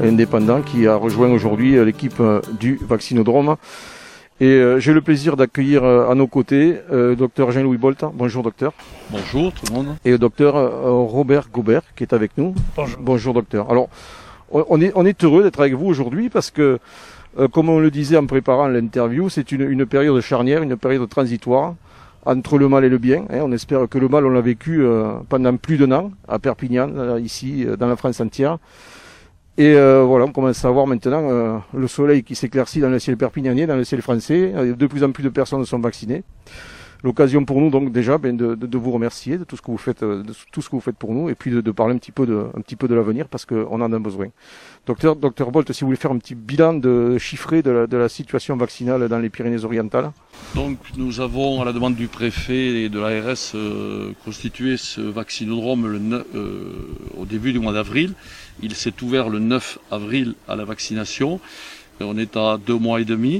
indépendant qui a rejoint aujourd'hui l'équipe du Vaccinodrome. Et j'ai le plaisir d'accueillir à nos côtés docteur Jean-Louis Bolta. Bonjour docteur. Bonjour tout le monde. Et le docteur Robert Gobert qui est avec nous. Bonjour. Bonjour docteur. Alors on est heureux d'être avec vous aujourd'hui parce que comme on le disait en préparant l'interview, c'est une période charnière, une période transitoire entre le mal et le bien. On espère que le mal, on l'a vécu pendant plus d'1 an à Perpignan, ici, dans la France entière. Et voilà, on commence à voir maintenant le soleil qui s'éclaircit dans le ciel perpignanais, dans le ciel français. De plus en plus de personnes sont vaccinées. L'occasion pour nous donc déjà de vous remercier de tout ce que vous faites, pour nous, et puis de parler un petit peu de l'avenir parce qu'on en a besoin. Docteur Bolt, si vous voulez faire un petit bilan chiffré de la situation vaccinale dans les Pyrénées-Orientales. Donc nous avons, à la demande du préfet et de l'ARS, constitué ce vaccinodrome au début du mois d'avril. Il s'est ouvert le 9 avril à la vaccination. On est à 2 mois et demi.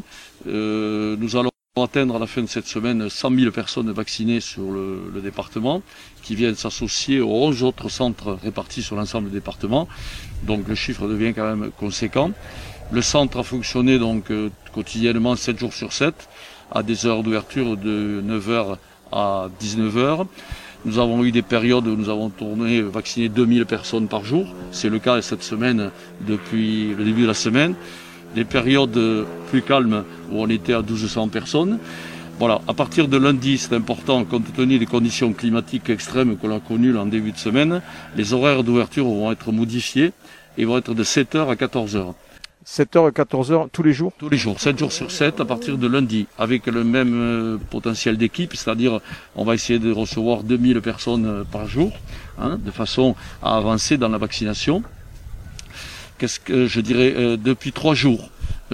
Nous allons atteindre à la fin de cette semaine 100 000 personnes vaccinées sur le département, qui viennent s'associer aux 11 autres centres répartis sur l'ensemble du département. Donc le chiffre devient quand même conséquent. Le centre a fonctionné donc quotidiennement 7 jours sur 7, à des heures d'ouverture de 9h à 19h. Nous avons eu des périodes où nous avons vacciné 2000 personnes par jour. C'est le cas cette semaine depuis le début de la semaine. Des périodes plus calmes où on était à 1200 personnes. Voilà, à partir de lundi, c'est important, compte tenu des conditions climatiques extrêmes que l'on a connues en début de semaine, les horaires d'ouverture vont être modifiés et vont être de 7h à 14h. 7h à 14h tous les jours ? Tous les jours, 7 jours sur 7 à partir de lundi, avec le même potentiel d'équipe, c'est-à-dire on va essayer de recevoir 2000 personnes par jour, de façon à avancer dans la vaccination. Qu'est-ce que je dirais depuis 3 jours,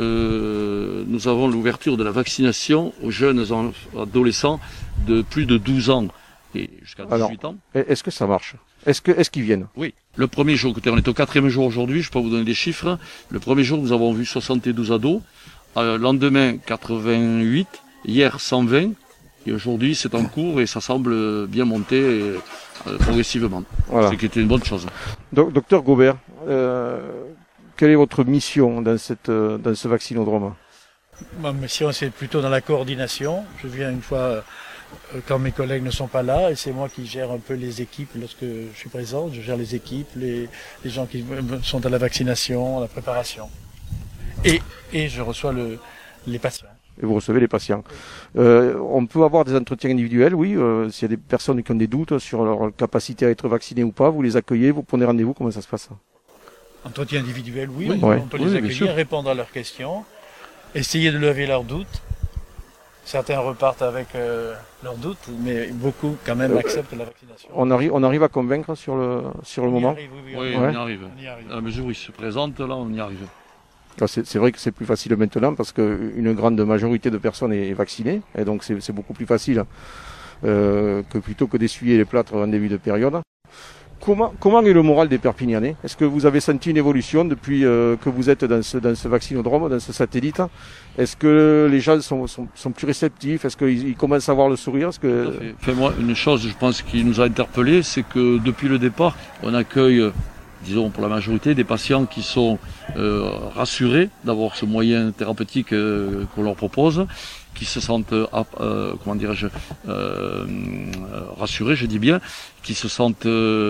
nous avons l'ouverture de la vaccination aux jeunes adolescents de plus de 12 ans et jusqu'à 18 ans. Est-ce que ça marche ? Est-ce qu'ils viennent ? Oui. Le premier jour, écoutez, on est au 4e jour aujourd'hui, je peux vous donner des chiffres. Le premier jour, nous avons vu 72 ados. Le lendemain, 88. Hier, 120. Et aujourd'hui, c'est en cours et ça semble bien monter progressivement. Voilà. Ce qui était une bonne chose. Docteur Gobert, quelle est votre mission dans ce vaccinodrome ? Ma mission, c'est plutôt dans la coordination. Je viens une fois quand mes collègues ne sont pas là et c'est moi qui gère un peu les équipes lorsque je suis présent. Je gère les équipes, les gens qui sont à la vaccination, à la préparation. Et je reçois les patients. Et vous recevez les patients. On peut avoir des entretiens individuels, oui. S'il y a des personnes qui ont des doutes sur leur capacité à être vaccinées ou pas, vous les accueillez, vous prenez rendez-vous, comment ça se passe ? Entretien individuel, oui. Ouais. On peut les accueillir, répondre à leurs questions, essayer de lever leurs doutes. Certains repartent avec leurs doutes, mais beaucoup quand même acceptent la vaccination. On arrive à convaincre sur le moment ? Oui, on y arrive. À la mesure où ils se présentent, là, on y arrive. C'est vrai que c'est plus facile maintenant parce qu'une grande majorité de personnes est vaccinée et donc c'est beaucoup plus facile que plutôt que d'essuyer les plâtres en début de période. Comment est le moral des Perpignanais ? Est-ce que vous avez senti une évolution depuis que vous êtes dans ce vaccinodrome, dans ce satellite ? Est-ce que les gens sont plus réceptifs ? Est-ce qu'ils commencent à voir le sourire ? Moi, une chose, je pense, qui nous a interpellés, c'est que depuis le départ, on accueille, disons pour la majorité, des patients qui sont rassurés d'avoir ce moyen thérapeutique qu'on leur propose, qui se sentent, rassurés, je dis bien, qui se sentent,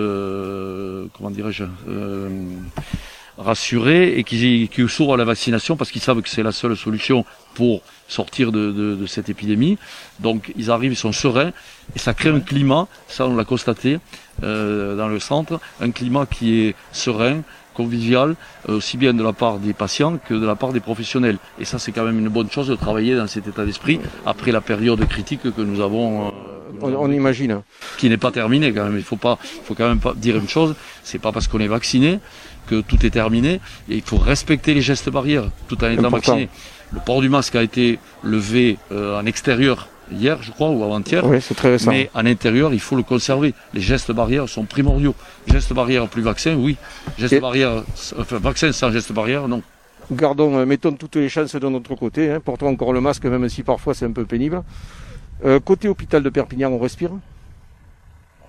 rassurés et qui s'ouvrent à la vaccination parce qu'ils savent que c'est la seule solution pour sortir de cette épidémie. Donc ils arrivent, ils sont sereins et ça crée un climat, ça on l'a constaté dans le centre, un climat qui est serein, convivial, aussi bien de la part des patients que de la part des professionnels. Et ça, c'est quand même une bonne chose de travailler dans cet état d'esprit après la période critique que nous avons. On imagine. Qui n'est pas terminée quand même. Il faut quand même pas dire une chose, c'est pas parce qu'on est vacciné que tout est terminé. Et il faut respecter les gestes barrières tout en étant vacciné. Le port du masque a été levé en extérieur hier, je crois, ou avant-hier. Oui, c'est très récent. Mais à l'intérieur, il faut le conserver. Les gestes barrières sont primordiaux. Gestes barrières plus vaccin, oui. Vaccin sans gestes barrières, non. Mettons toutes les chances de notre côté. Portons encore le masque, même si parfois c'est un peu pénible. Côté hôpital de Perpignan, on respire ? Pardon ?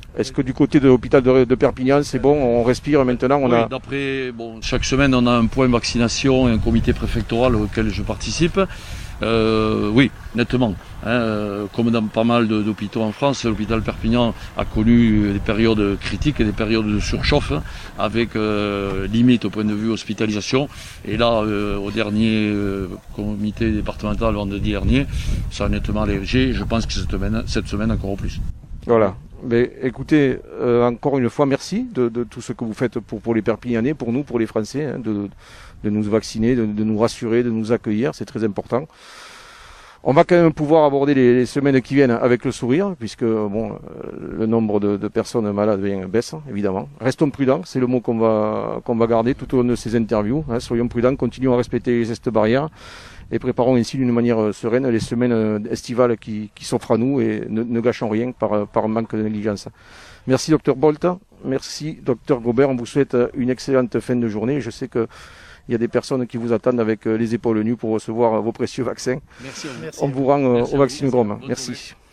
Est-ce que du côté de l'hôpital de Perpignan, c'est bon, on respire maintenant, Oui, d'après, chaque semaine on a un point vaccination et un comité préfectoral auquel je participe. Oui, nettement. Comme dans pas mal d'hôpitaux en France, l'hôpital Perpignan a connu des périodes critiques et des périodes de surchauffe, avec limite au point de vue hospitalisation. Et là, au dernier comité départemental vendredi dernier, ça a nettement allégé. Je pense que cette semaine encore plus. Voilà. Mais écoutez, encore une fois, merci de tout ce que vous faites pour les Perpignanais, pour nous, pour les Français, de nous vacciner, de nous rassurer, de nous accueillir, c'est très important. On va quand même pouvoir aborder les semaines qui viennent avec le sourire, puisque le nombre de personnes malades baisse, évidemment. Restons prudents, c'est le mot qu'on va garder tout au long de ces interviews. Soyons prudents, continuons à respecter les gestes barrières et préparons ainsi d'une manière sereine les semaines estivales qui s'offrent à nous et ne gâchons rien par manque de négligence. Merci Dr Bolt, merci Dr Gobert, on vous souhaite une excellente fin de journée. Je sais que il y a des personnes qui vous attendent avec les épaules nues pour recevoir vos précieux vaccins. Merci. On vous rend au vaccinodrome. Merci.